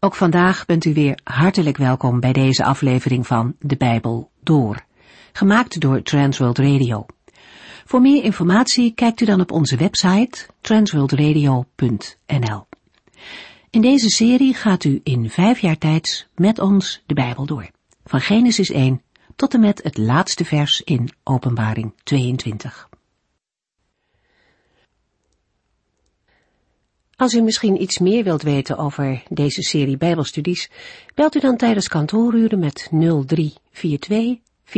Ook vandaag bent u weer hartelijk welkom bij deze aflevering van De Bijbel Door, gemaakt door Transworld Radio. Voor meer informatie kijkt u dan op onze website transworldradio.nl. In deze serie gaat u in 5 jaar tijd met ons de Bijbel door, van Genesis 1 tot en met het laatste vers in Openbaring 22. Als u misschien iets meer wilt weten over deze serie Bijbelstudies, belt u dan tijdens kantooruren met 0342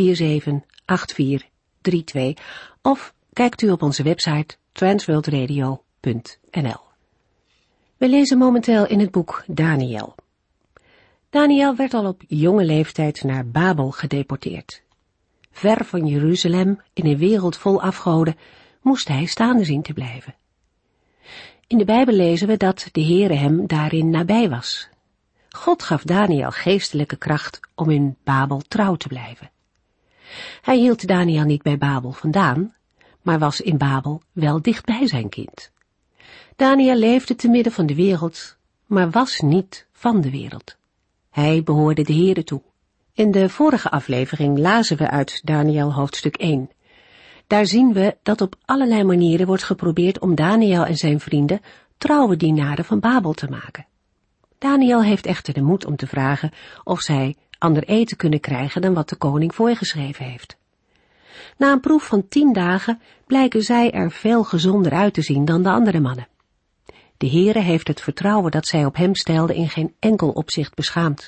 478432 of kijkt u op onze website transworldradio.nl. We lezen momenteel in het boek Daniel. Daniel werd al op jonge leeftijd naar Babel gedeporteerd. Ver van Jeruzalem, in een wereld vol afgoden, moest hij staande zien te blijven. In de Bijbel lezen we dat de Heere hem daarin nabij was. God gaf Daniel geestelijke kracht om in Babel trouw te blijven. Hij hield Daniel niet bij Babel vandaan, maar was in Babel wel dichtbij zijn kind. Daniel leefde te midden van de wereld, maar was niet van de wereld. Hij behoorde de Heere toe. In de vorige aflevering lazen we uit Daniel hoofdstuk 1. Daar zien we dat op allerlei manieren wordt geprobeerd om Daniel en zijn vrienden trouwe dienaren van Babel te maken. Daniel heeft echter de moed om te vragen of zij ander eten kunnen krijgen dan wat de koning voorgeschreven heeft. Na een proef van 10 dagen blijken zij er veel gezonder uit te zien dan de andere mannen. De Heere heeft het vertrouwen dat zij op hem stelden in geen enkel opzicht beschaamd.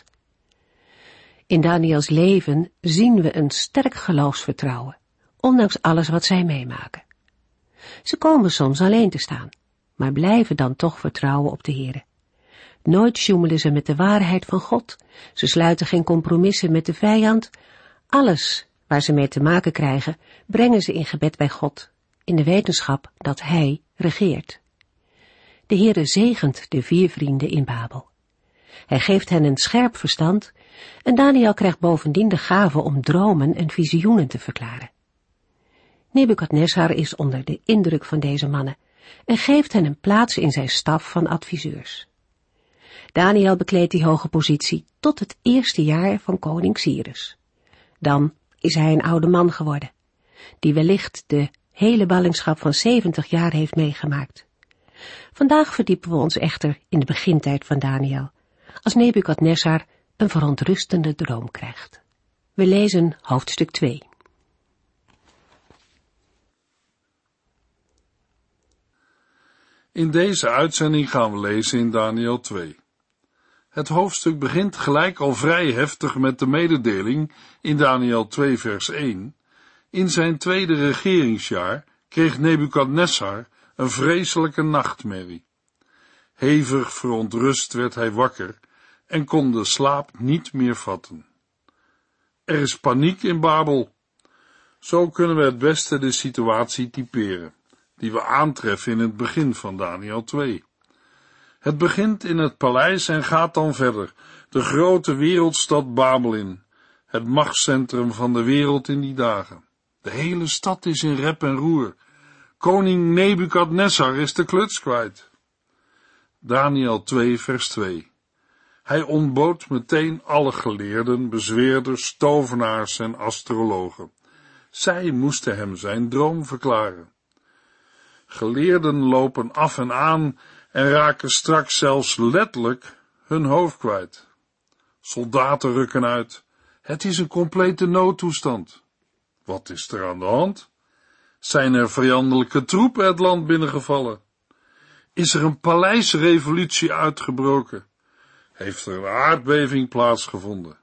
In Daniels leven zien we een sterk geloofsvertrouwen, ondanks alles wat zij meemaken. Ze komen soms alleen te staan, maar blijven dan toch vertrouwen op de Heere. Nooit sjoemelen ze met de waarheid van God, ze sluiten geen compromissen met de vijand. Alles waar ze mee te maken krijgen, brengen ze in gebed bij God, in de wetenschap dat Hij regeert. De Heere zegent de 4 vrienden in Babel. Hij geeft hen een scherp verstand en Daniel krijgt bovendien de gave om dromen en visioenen te verklaren. Nebukadnezar is onder de indruk van deze mannen en geeft hen een plaats in zijn staf van adviseurs. Daniel bekleedt die hoge positie tot het eerste jaar van koning Cyrus. Dan is hij een oude man geworden, die wellicht de hele ballingschap van 70 jaar heeft meegemaakt. Vandaag verdiepen we ons echter in de begintijd van Daniel, als Nebukadnezar een verontrustende droom krijgt. We lezen hoofdstuk 2. In deze uitzending gaan we lezen in Daniel 2. Het hoofdstuk begint gelijk al vrij heftig met de mededeling in Daniel 2 vers 1. In zijn 2e regeringsjaar kreeg Nebukadnezar een vreselijke nachtmerrie. Hevig verontrust werd hij wakker en kon de slaap niet meer vatten. Er is paniek in Babel. Zo kunnen we het beste de situatie typeren, die we aantreffen in het begin van Daniel 2. Het begint in het paleis en gaat dan verder, de grote wereldstad Babel in, het machtscentrum van de wereld in die dagen. De hele stad is in rep en roer. Koning Nebukadnezar is de kluts kwijt. Daniel 2 vers 2. Hij ontbood meteen alle geleerden, bezweerders, tovenaars en astrologen. Zij moesten hem zijn droom verklaren. Geleerden lopen af en aan en raken straks zelfs letterlijk hun hoofd kwijt. Soldaten rukken uit. Het is een complete noodtoestand. Wat is er aan de hand? Zijn er vijandelijke troepen het land binnengevallen? Is er een paleisrevolutie uitgebroken? Heeft er een aardbeving plaatsgevonden?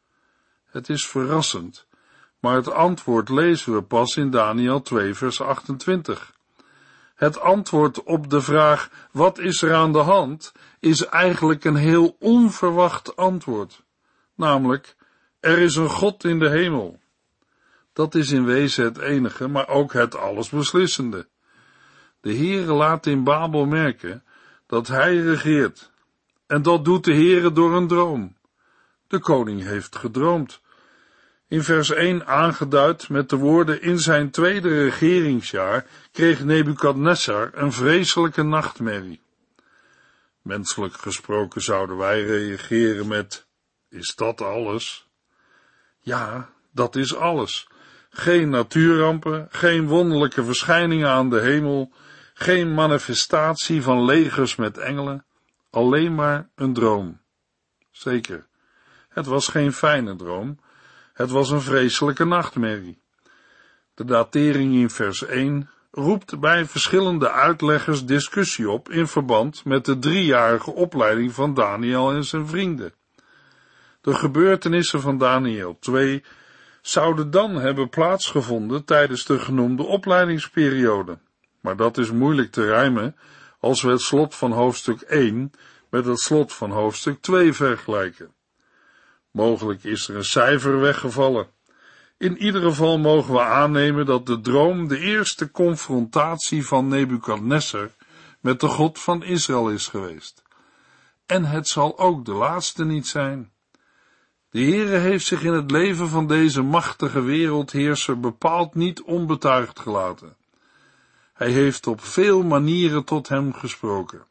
Het is verrassend, maar het antwoord lezen we pas in Daniel 2 vers 28. Het antwoord op de vraag, wat is er aan de hand, is eigenlijk een heel onverwacht antwoord. Namelijk, er is een God in de hemel. Dat is in wezen het enige, maar ook het allesbeslissende. De Heere laat in Babel merken dat hij regeert. En dat doet de Heere door een droom. De koning heeft gedroomd. In vers 1 aangeduid met de woorden, in zijn 2e regeringsjaar kreeg Nebukadnezar een vreselijke nachtmerrie. Menselijk gesproken zouden wij reageren met: is dat alles? Ja, dat is alles. Geen natuurrampen, geen wonderlijke verschijningen aan de hemel, geen manifestatie van legers met engelen, alleen maar een droom. Zeker, het was geen fijne droom, het was een vreselijke nachtmerrie. De datering in vers 1 roept bij verschillende uitleggers discussie op in verband met de 3-jarige opleiding van Daniel en zijn vrienden. De gebeurtenissen van Daniel 2 zouden dan hebben plaatsgevonden tijdens de genoemde opleidingsperiode. Maar dat is moeilijk te rijmen als we het slot van hoofdstuk 1 met het slot van hoofdstuk 2 vergelijken. Mogelijk is er een cijfer weggevallen. In ieder geval mogen we aannemen dat de droom de eerste confrontatie van Nebukadnessar met de God van Israël is geweest. En het zal ook de laatste niet zijn. De Heere heeft zich in het leven van deze machtige wereldheerser bepaald niet onbetuigd gelaten. Hij heeft op veel manieren tot hem gesproken.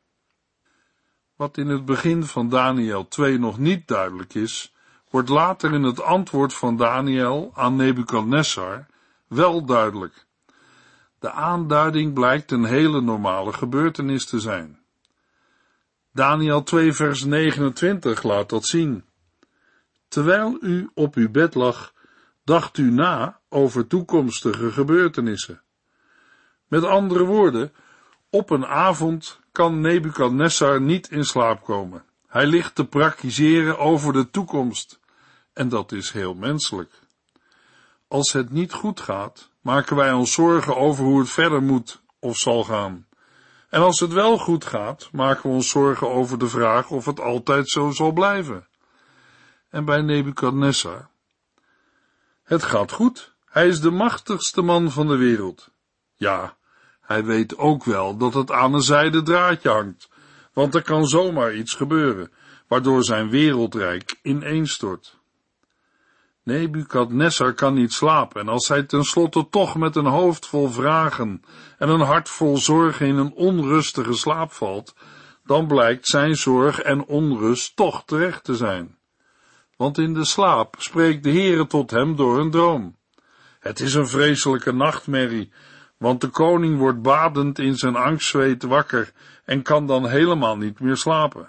Wat in het begin van Daniel 2 nog niet duidelijk is, wordt later in het antwoord van Daniel aan Nebukadnessar wel duidelijk. De aanduiding blijkt een hele normale gebeurtenis te zijn. Daniel 2 vers 29 laat dat zien. Terwijl u op uw bed lag, dacht u na over toekomstige gebeurtenissen. Met andere woorden, op een avond kan Nebukadnessar niet in slaap komen. Hij ligt te praktiseren over de toekomst. En dat is heel menselijk. Als het niet goed gaat, maken wij ons zorgen over hoe het verder moet of zal gaan. En als het wel goed gaat, maken we ons zorgen over de vraag of het altijd zo zal blijven. En bij Nebukadnessar? Het gaat goed. Hij is de machtigste man van de wereld. Ja, hij weet ook wel dat het aan een zijden draadje hangt, want er kan zomaar iets gebeuren, waardoor zijn wereldrijk ineenstort. Nebukadnessar kan niet slapen en als hij tenslotte toch met een hoofd vol vragen en een hart vol zorgen in een onrustige slaap valt, dan blijkt zijn zorg en onrust toch terecht te zijn. Want in de slaap spreekt de Heere tot hem door een droom. Het is een vreselijke nachtmerrie, want de koning wordt badend in zijn angstzweet wakker en kan dan helemaal niet meer slapen.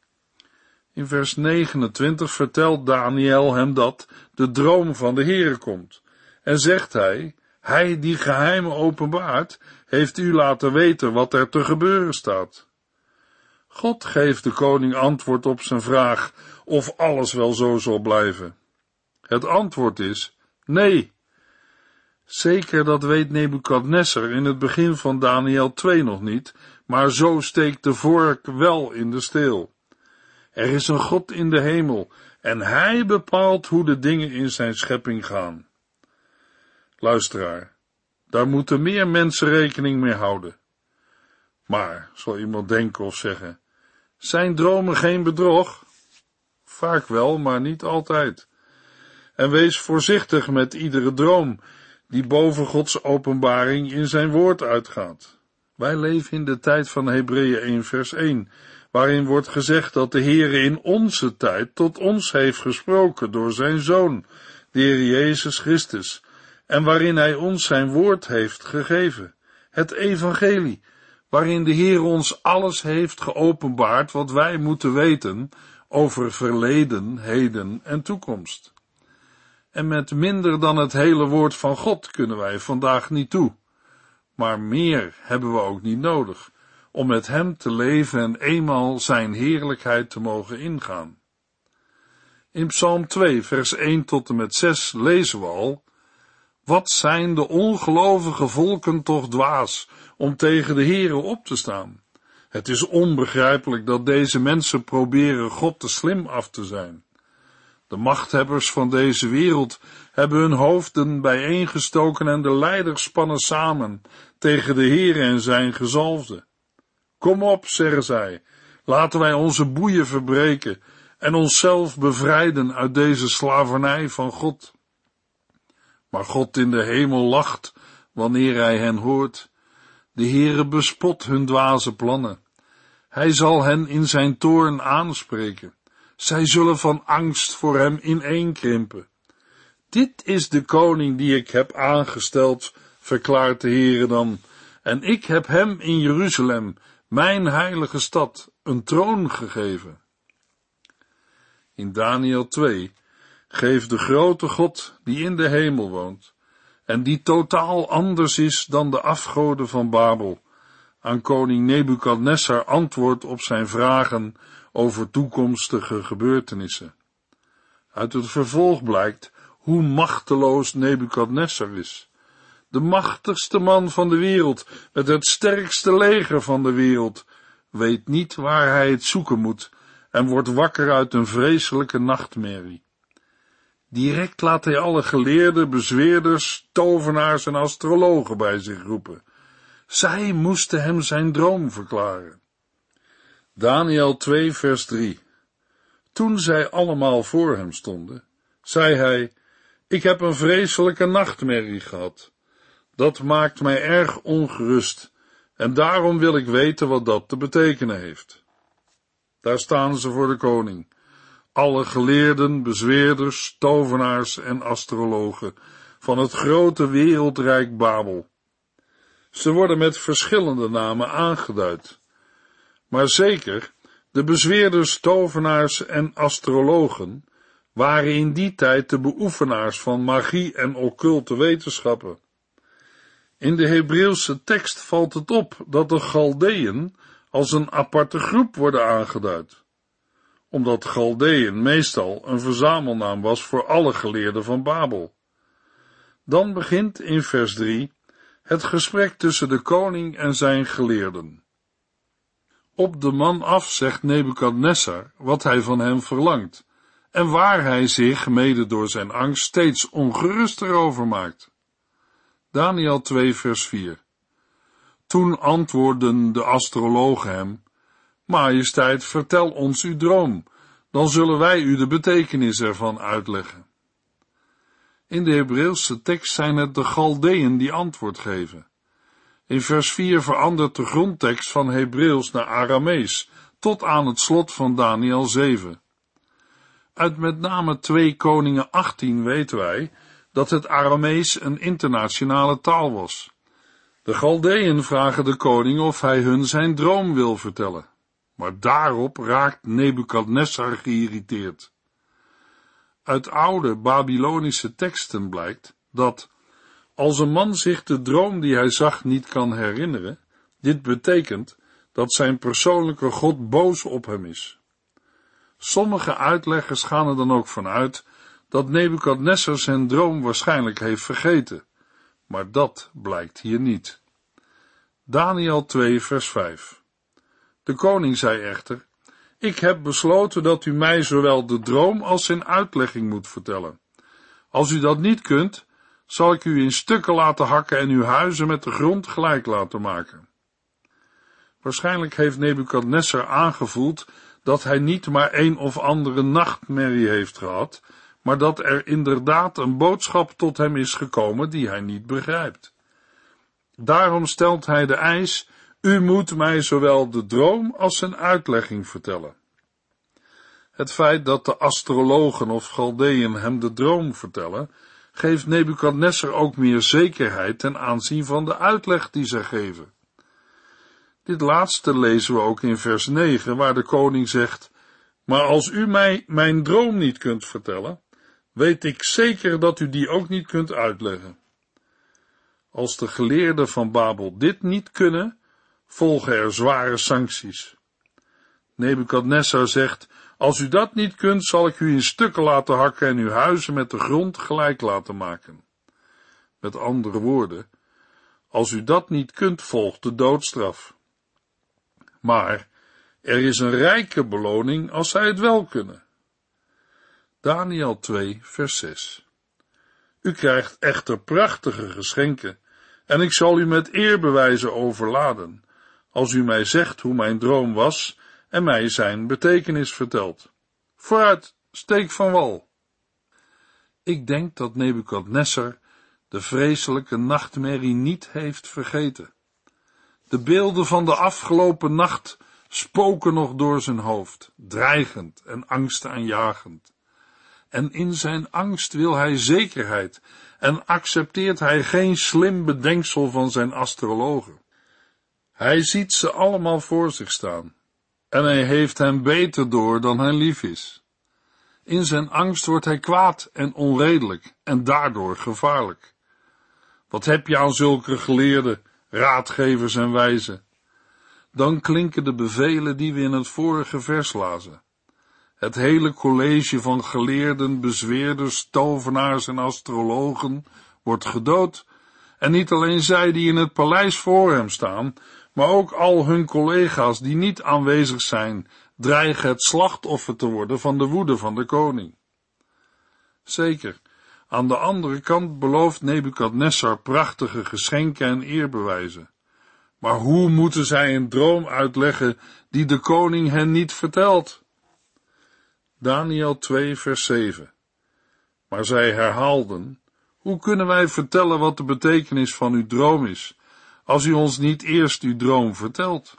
In vers 29 vertelt Daniel hem dat de droom van de Heere komt. En zegt hij die geheimen openbaart, heeft u laten weten wat er te gebeuren staat. God geeft de koning antwoord op zijn vraag of alles wel zo zal blijven. Het antwoord is nee. Zeker dat weet Nebukadnessar in het begin van Daniel 2 nog niet, maar zo steekt de vork wel in de steel. Er is een God in de hemel en hij bepaalt hoe de dingen in zijn schepping gaan. Luisteraar, daar moeten meer mensen rekening mee houden. Maar, zal iemand denken of zeggen, zijn dromen geen bedrog? Vaak wel, maar niet altijd. En wees voorzichtig met iedere droom die boven Gods openbaring in zijn woord uitgaat. Wij leven in de tijd van Hebreeën 1 vers 1, waarin wordt gezegd dat de Heere in onze tijd tot ons heeft gesproken door zijn Zoon, de Heer Jezus Christus, en waarin hij ons zijn woord heeft gegeven, het evangelie, waarin de Heer ons alles heeft geopenbaard wat wij moeten weten over verleden, heden en toekomst. En met minder dan het hele woord van God kunnen wij vandaag niet toe, maar meer hebben we ook niet nodig, om met hem te leven en eenmaal zijn heerlijkheid te mogen ingaan. In Psalm 2, vers 1 tot en met 6 lezen we al: wat zijn de ongelovige volken toch dwaas om tegen de Heere op te staan. Het is onbegrijpelijk dat deze mensen proberen God te slim af te zijn. De machthebbers van deze wereld hebben hun hoofden bijeengestoken en de leiders spannen samen tegen de Heere en zijn gezalfde. Kom op, zeggen zij, laten wij onze boeien verbreken en onszelf bevrijden uit deze slavernij van God. Maar God in de hemel lacht wanneer hij hen hoort. De Heere bespot hun dwaze plannen. Hij zal hen in zijn toorn aanspreken. Zij zullen van angst voor hem ineenkrimpen. Dit is de koning die ik heb aangesteld, verklaart de Heere dan, en ik heb hem in Jeruzalem, mijn heilige stad, een troon gegeven. In Daniel 2 geeft de grote God die in de hemel woont, en die totaal anders is dan de afgoden van Babel, aan koning Nebukadnessar antwoord op zijn vragen over toekomstige gebeurtenissen. Uit het vervolg blijkt hoe machteloos Nebukadnessar is. De machtigste man van de wereld, met het sterkste leger van de wereld, weet niet waar hij het zoeken moet en wordt wakker uit een vreselijke nachtmerrie. Direct laat hij alle geleerden, bezweerders, tovenaars en astrologen bij zich roepen. Zij moesten hem zijn droom verklaren. Daniel 2 vers 3. Toen zij allemaal voor hem stonden, zei hij, ik heb een vreselijke nachtmerrie gehad. Dat maakt mij erg ongerust en daarom wil ik weten wat dat te betekenen heeft. Daar staan ze voor de koning. Alle geleerden, bezweerders, tovenaars en astrologen van het grote wereldrijk Babel. Ze worden met verschillende namen aangeduid. Maar zeker, de bezweerders, tovenaars en astrologen waren in die tijd de beoefenaars van magie en occulte wetenschappen. In de Hebreeuwse tekst valt het op dat de Chaldeeën als een aparte groep worden aangeduid, omdat Chaldeeën meestal een verzamelnaam was voor alle geleerden van Babel. Dan begint in vers 3 het gesprek tussen de koning en zijn geleerden. Op de man af zegt Nebukadnessar wat hij van hem verlangt, en waar hij zich, mede door zijn angst, steeds ongeruster over maakt. Daniel 2 vers 4. Toen antwoordden de astrologen hem, Majesteit, vertel ons uw droom, dan zullen wij u de betekenis ervan uitleggen. In de Hebreeuwse tekst zijn het de Chaldeeën die antwoord geven. In vers 4 verandert de grondtekst van Hebreeuws naar Aramees, tot aan het slot van Daniel 7. Uit met name 2 Koningen 18 weten wij dat het Aramees een internationale taal was. De Chaldeeën vragen de koning of hij hun zijn droom wil vertellen, maar daarop raakt Nebukadnessar geïrriteerd. Uit oude Babylonische teksten blijkt dat, als een man zich de droom die hij zag niet kan herinneren, dit betekent dat zijn persoonlijke God boos op hem is. Sommige uitleggers gaan er dan ook vanuit dat Nebukadnessar zijn droom waarschijnlijk heeft vergeten, maar dat blijkt hier niet. Daniel 2 vers 5. De koning zei echter, ik heb besloten dat u mij zowel de droom als zijn uitlegging moet vertellen. Als u dat niet kunt, zal ik u in stukken laten hakken en uw huizen met de grond gelijk laten maken. Waarschijnlijk heeft Nebukadnessar aangevoeld dat hij niet maar een of andere nachtmerrie heeft gehad, maar dat er inderdaad een boodschap tot hem is gekomen die hij niet begrijpt. Daarom stelt hij de eis, u moet mij zowel de droom als zijn uitlegging vertellen. Het feit dat de astrologen of Chaldeeën hem de droom vertellen, geeft Nebukadnessar ook meer zekerheid ten aanzien van de uitleg die zij geven. Dit laatste lezen we ook in vers 9, waar de koning zegt, maar als u mij mijn droom niet kunt vertellen, weet ik zeker dat u die ook niet kunt uitleggen. Als de geleerden van Babel dit niet kunnen, volgen er zware sancties. Nebukadnessar zegt, als u dat niet kunt, zal ik u in stukken laten hakken en uw huizen met de grond gelijk laten maken. Met andere woorden, als u dat niet kunt, volgt de doodstraf. Maar er is een rijke beloning als zij het wel kunnen. Daniel 2 vers 6. U krijgt echter prachtige geschenken, en ik zal u met eerbewijzen overladen, als u mij zegt hoe mijn droom was en mij zijn betekenis vertelt. Vooruit, steek van wal. Ik denk dat Nebukadnessar de vreselijke nachtmerrie niet heeft vergeten. De beelden van de afgelopen nacht spoken nog door zijn hoofd, dreigend en angstaanjagend. En in zijn angst wil hij zekerheid en accepteert hij geen slim bedenksel van zijn astrologen. Hij ziet ze allemaal voor zich staan en hij heeft hen beter door dan hij lief is. In zijn angst wordt hij kwaad en onredelijk en daardoor gevaarlijk. Wat heb je aan zulke geleerden, raadgevers en wijzen? Dan klinken de bevelen die we in het vorige vers lazen. Het hele college van geleerden, bezweerders, tovenaars en astrologen wordt gedood, en niet alleen zij die in het paleis voor hem staan, maar ook al hun collega's die niet aanwezig zijn, dreigen het slachtoffer te worden van de woede van de koning. Zeker, aan de andere kant belooft Nebukadnessar prachtige geschenken en eerbewijzen. Maar hoe moeten zij een droom uitleggen die de koning hen niet vertelt? Daniël 2 vers 7. Maar zij herhaalden: hoe kunnen wij vertellen wat de betekenis van uw droom is, als u ons niet eerst uw droom vertelt?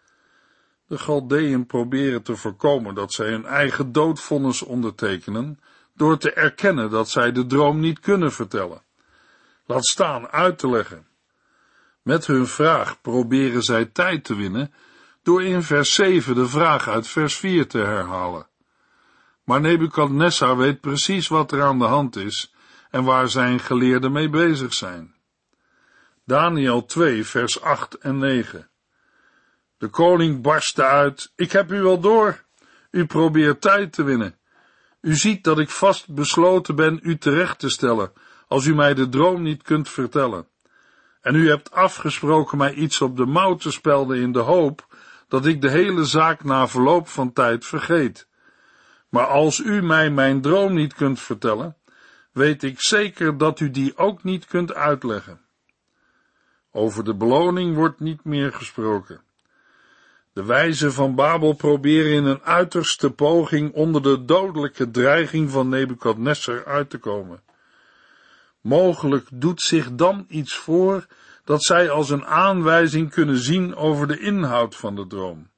De Galdeën proberen te voorkomen dat zij hun eigen doodvonnis ondertekenen, door te erkennen dat zij de droom niet kunnen vertellen. Laat staan uit te leggen. Met hun vraag proberen zij tijd te winnen, door in vers 7 de vraag uit vers 4 te herhalen. Maar Nebukadnessar weet precies wat er aan de hand is en waar zijn geleerden mee bezig zijn. Daniël 2 vers 8 en 9. De koning barstte uit: ik heb u wel door. U probeert tijd te winnen. U ziet dat ik vast besloten ben u terecht te stellen, als u mij de droom niet kunt vertellen. En u hebt afgesproken mij iets op de mouw te spelden in de hoop dat ik de hele zaak na verloop van tijd vergeet. Maar als u mij mijn droom niet kunt vertellen, weet ik zeker dat u die ook niet kunt uitleggen. Over de beloning wordt niet meer gesproken. De wijzen van Babel proberen in een uiterste poging onder de dodelijke dreiging van Nebukadnessar uit te komen. Mogelijk doet zich dan iets voor dat zij als een aanwijzing kunnen zien over de inhoud van de droom.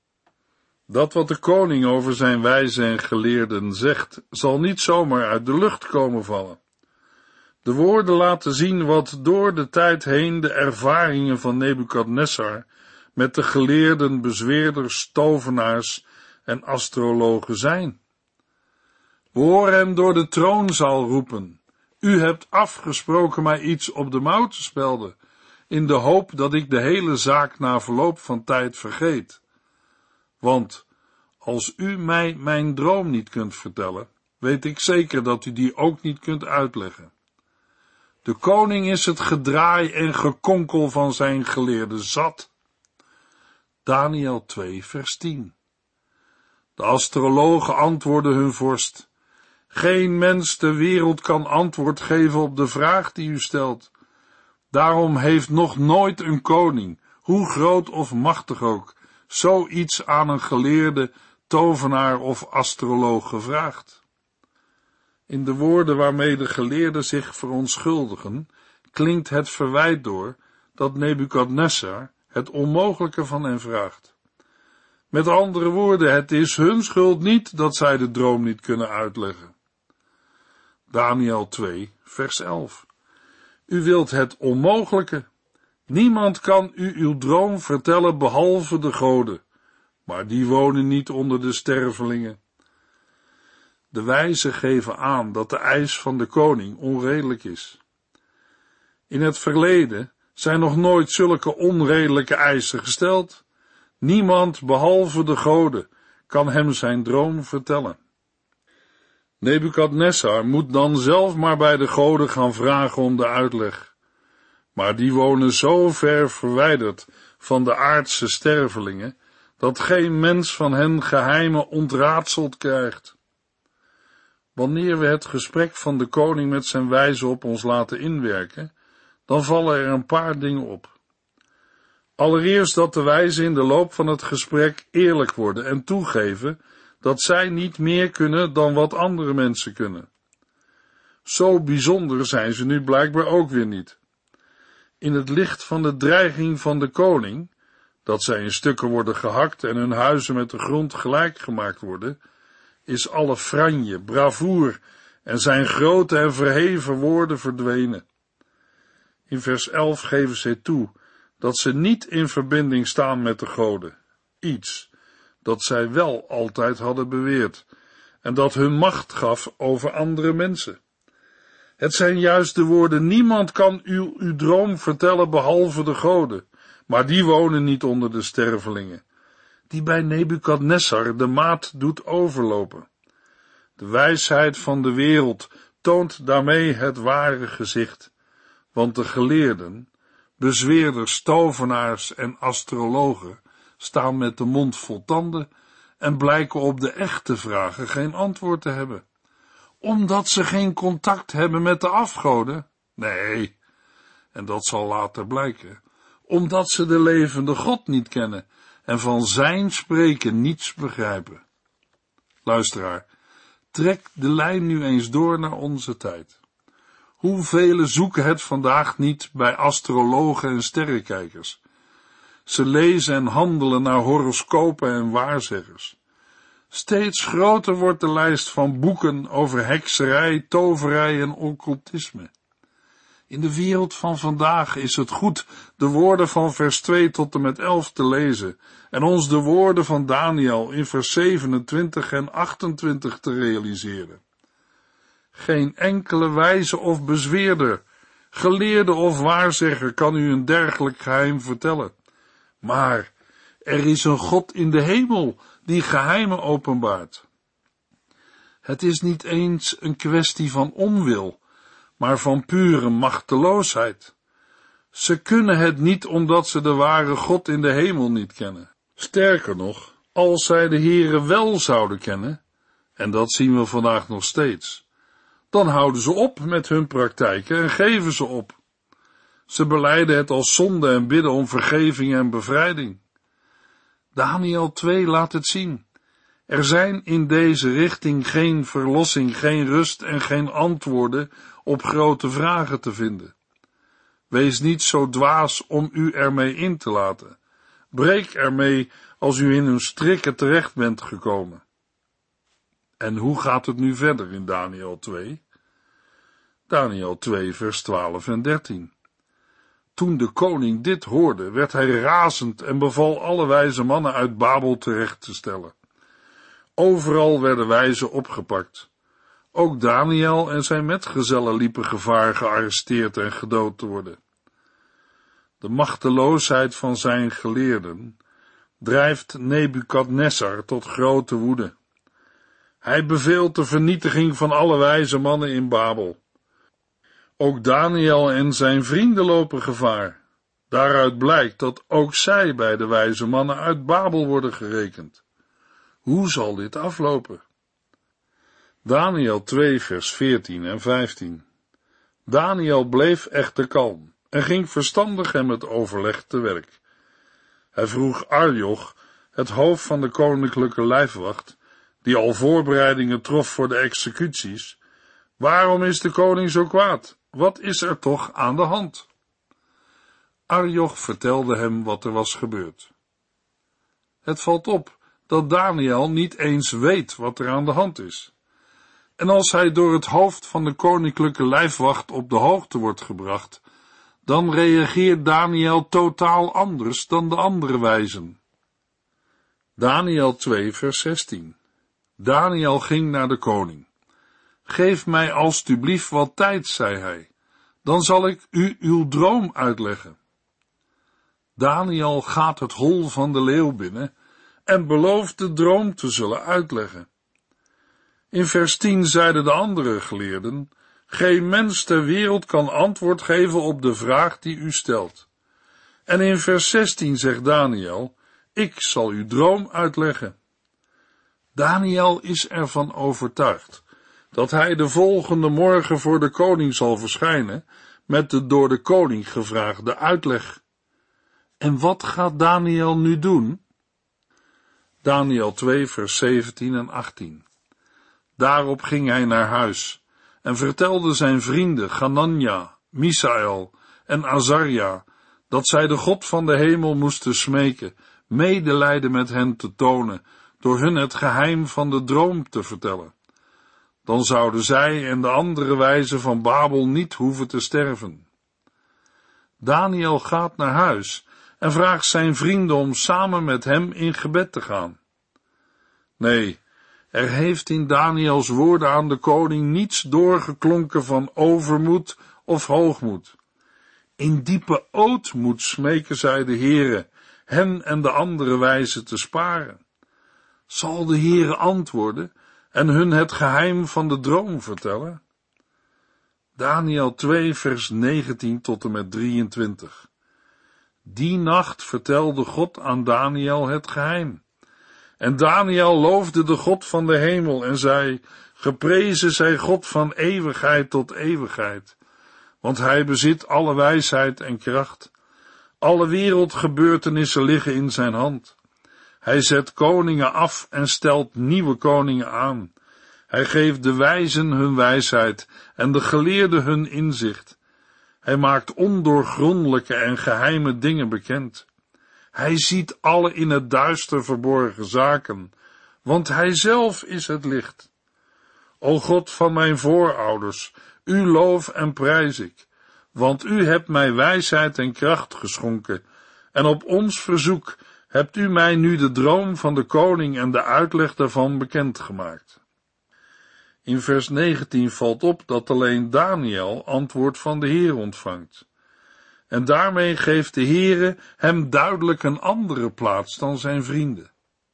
Dat wat de koning over zijn wijzen en geleerden zegt, zal niet zomaar uit de lucht komen vallen. De woorden laten zien wat door de tijd heen de ervaringen van Nebukadnessar met de geleerden, bezweerders, tovenaars en astrologen zijn. We horen hem door de troonzaal roepen: u hebt afgesproken mij iets op de mouw te spelden, in de hoop dat ik de hele zaak na verloop van tijd vergeet. Want als u mij mijn droom niet kunt vertellen, weet ik zeker dat u die ook niet kunt uitleggen. De koning is het gedraai en gekonkel van zijn geleerden zat. Daniël 2 vers 10. De astrologen antwoordden hun vorst: geen mens ter wereld kan antwoord geven op de vraag die u stelt. Daarom heeft nog nooit een koning, hoe groot of machtig ook, zoiets aan een geleerde, tovenaar of astroloog gevraagd. In de woorden waarmee de geleerden zich verontschuldigen, klinkt het verwijt door dat Nebukadnessar het onmogelijke van hen vraagt. Met andere woorden, het is hun schuld niet dat zij de droom niet kunnen uitleggen. Daniël 2, vers 11. U wilt het onmogelijke. Niemand kan u uw droom vertellen behalve de goden, maar die wonen niet onder de stervelingen. De wijzen geven aan dat de eis van de koning onredelijk is. In het verleden zijn nog nooit zulke onredelijke eisen gesteld. Niemand behalve de goden kan hem zijn droom vertellen. Nebukadnessar moet dan zelf maar bij de goden gaan vragen om de uitleg. Maar die wonen zo ver verwijderd van de aardse stervelingen, dat geen mens van hen geheimen ontraadseld krijgt. Wanneer we het gesprek van de koning met zijn wijzen op ons laten inwerken, dan vallen er een paar dingen op. Allereerst dat de wijzen in de loop van het gesprek eerlijk worden en toegeven dat zij niet meer kunnen dan wat andere mensen kunnen. Zo bijzonder zijn ze nu blijkbaar ook weer niet. In het licht van de dreiging van de koning, Dat zij in stukken worden gehakt en hun huizen met de grond gelijk gemaakt worden, is alle franje, bravoer en zijn grote en verheven woorden verdwenen. In vers 11 geven zij toe dat ze niet in verbinding staan met de goden, iets dat zij wel altijd hadden beweerd en dat hun macht gaf over andere mensen. Het zijn juist de woorden: niemand kan u uw droom vertellen behalve de goden, maar die wonen niet onder de stervelingen, die bij Nebukadnessar de maat doet overlopen. De wijsheid van de wereld toont daarmee het ware gezicht, want de geleerden, bezweerders, tovenaars en astrologen staan met de mond vol tanden en blijken op de echte vragen geen antwoord te hebben. Omdat ze geen contact hebben met de afgoden? Nee, en dat zal later blijken, omdat ze de levende God niet kennen en van zijn spreken niets begrijpen. Luisteraar, trek de lijn nu eens door naar onze tijd. Hoeveel zoeken het vandaag niet bij astrologen en sterrenkijkers? Ze lezen en handelen naar horoscopen en waarzeggers. Steeds groter wordt de lijst van boeken over hekserij, toverij en occultisme. In de wereld van vandaag is het goed de woorden van vers 2 tot en met 11 te lezen en ons de woorden van Daniel in vers 27 en 28 te realiseren. Geen enkele wijze of bezweerder, geleerde of waarzegger kan u een dergelijk geheim vertellen. Maar er is een God in de hemel die geheimen openbaart. Het is niet eens een kwestie van onwil, maar van pure machteloosheid. Ze kunnen het niet omdat ze de ware God in de hemel niet kennen. Sterker nog, als zij de Heere wel zouden kennen, en dat zien we vandaag nog steeds, dan houden ze op met hun praktijken en geven ze op. Ze belijden het als zonde en bidden om vergeving en bevrijding. Daniel 2 laat het zien. Er zijn in deze richting geen verlossing, geen rust en geen antwoorden op grote vragen te vinden. Wees niet zo dwaas om u ermee in te laten. Breek ermee als u in hun strikken terecht bent gekomen. En hoe gaat het nu verder in Daniel 2? Daniel 2 vers 12 en 13. Toen de koning dit hoorde, werd hij razend en beval alle wijze mannen uit Babel terecht te stellen. Overal werden wijzen opgepakt. Ook Daniel en zijn metgezellen liepen gevaar gearresteerd en gedood te worden. De machteloosheid van zijn geleerden drijft Nebukadnessar tot grote woede. Hij beveelt de vernietiging van alle wijze mannen in Babel. Ook Daniel en zijn vrienden lopen gevaar. Daaruit blijkt dat ook zij bij de wijze mannen uit Babel worden gerekend. Hoe zal dit aflopen? Daniel 2 vers 14 en 15. Daniel bleef echter kalm en ging verstandig en met overleg te werk. Hij vroeg Arioch, het hoofd van de koninklijke lijfwacht, die al voorbereidingen trof voor de executies: waarom is de koning zo kwaad? Wat is er toch aan de hand? Arioch vertelde hem wat er was gebeurd. Het valt op dat Daniel niet eens weet wat er aan de hand is. En als hij door het hoofd van de koninklijke lijfwacht op de hoogte wordt gebracht, dan reageert Daniel totaal anders dan de andere wijzen. Daniel 2 vers 16. Daniel ging naar de koning. Geef mij alstublieft wat tijd, zei hij, dan zal ik u uw droom uitleggen. Daniel gaat het hol van de leeuw binnen en belooft de droom te zullen uitleggen. In vers 10 zeiden de andere geleerden: geen mens ter wereld kan antwoord geven op de vraag die u stelt. En in vers 16 zegt Daniel: ik zal uw droom uitleggen. Daniel is ervan overtuigd dat hij de volgende morgen voor de koning zal verschijnen met de door de koning gevraagde uitleg. En wat gaat Daniel nu doen? Daniel 2 vers 17 en 18. Daarop ging hij naar huis en vertelde zijn vrienden Ganania, Misaël en Azaria dat zij de God van de hemel moesten smeken, medelijden met hen te tonen, door hun het geheim van de droom te vertellen. Dan zouden zij en de andere wijzen van Babel niet hoeven te sterven. Daniel gaat naar huis en vraagt zijn vrienden om samen met hem in gebed te gaan. Nee, er heeft in Daniels woorden aan de koning niets doorgeklonken van overmoed of hoogmoed. In diepe ootmoed smeken zij de Heere, hen en de andere wijzen te sparen. Zal de Heere antwoorden en hun het geheim van de droom vertellen? Daniel 2 vers 19 tot en met 23. Die nacht vertelde God aan Daniel het geheim. En Daniel loofde de God van de hemel en zei, geprezen zij God van eeuwigheid tot eeuwigheid, want hij bezit alle wijsheid en kracht. Alle wereldgebeurtenissen liggen in zijn hand. Hij zet koningen af en stelt nieuwe koningen aan. Hij geeft de wijzen hun wijsheid en de geleerden hun inzicht. Hij maakt ondoorgrondelijke en geheime dingen bekend. Hij ziet alle in het duister verborgen zaken, want hij zelf is het licht. O God van mijn voorouders, u loof en prijs ik, want u hebt mij wijsheid en kracht geschonken, en op ons verzoek hebt u mij nu de droom van de koning en de uitleg daarvan bekendgemaakt. In vers 19 valt op dat alleen Daniel antwoord van de Heer ontvangt. En daarmee geeft de Heere hem duidelijk een andere plaats dan zijn vrienden.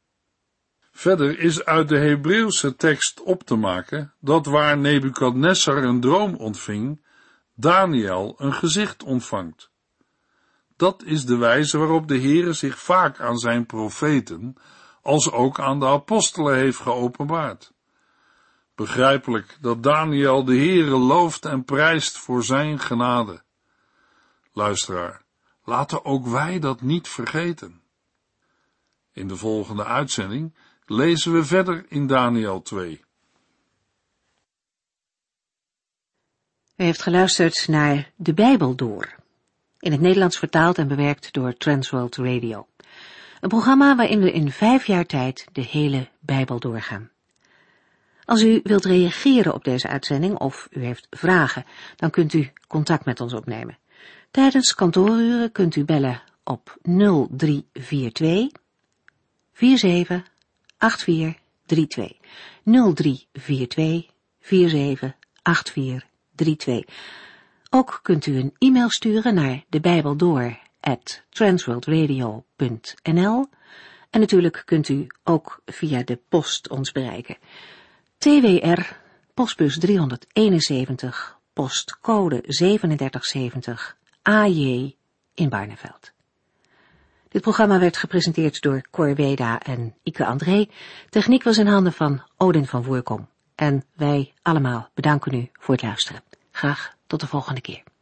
Verder is uit de Hebreeuwse tekst op te maken dat waar Nebukadnessar een droom ontving, Daniel een gezicht ontvangt. Dat is de wijze waarop de Heere zich vaak aan zijn profeten, als ook aan de apostelen heeft geopenbaard. Begrijpelijk dat Daniel de Heere looft en prijst voor zijn genade. Luisteraar, laten ook wij dat niet vergeten. In de volgende uitzending lezen we verder in Daniel 2. U heeft geluisterd naar De Bijbel Door, in het Nederlands vertaald en bewerkt door Transworld Radio. Een programma waarin we in 5 jaar tijd de hele Bijbel doorgaan. Als u wilt reageren op deze uitzending of u heeft vragen, dan kunt u contact met ons opnemen. Tijdens kantooruren kunt u bellen op 0342 478432. 0342 478432. Ook kunt u een e-mail sturen naar debijbeldoor@transworldradio.nl en natuurlijk kunt u ook via de post ons bereiken. TWR, postbus 371, postcode 3770, AJ in Barneveld. Dit programma werd gepresenteerd door Cor Weda en Ike André. Techniek was in handen van Odin van Voorkom. En wij allemaal bedanken u voor het luisteren. Graag tot de volgende keer.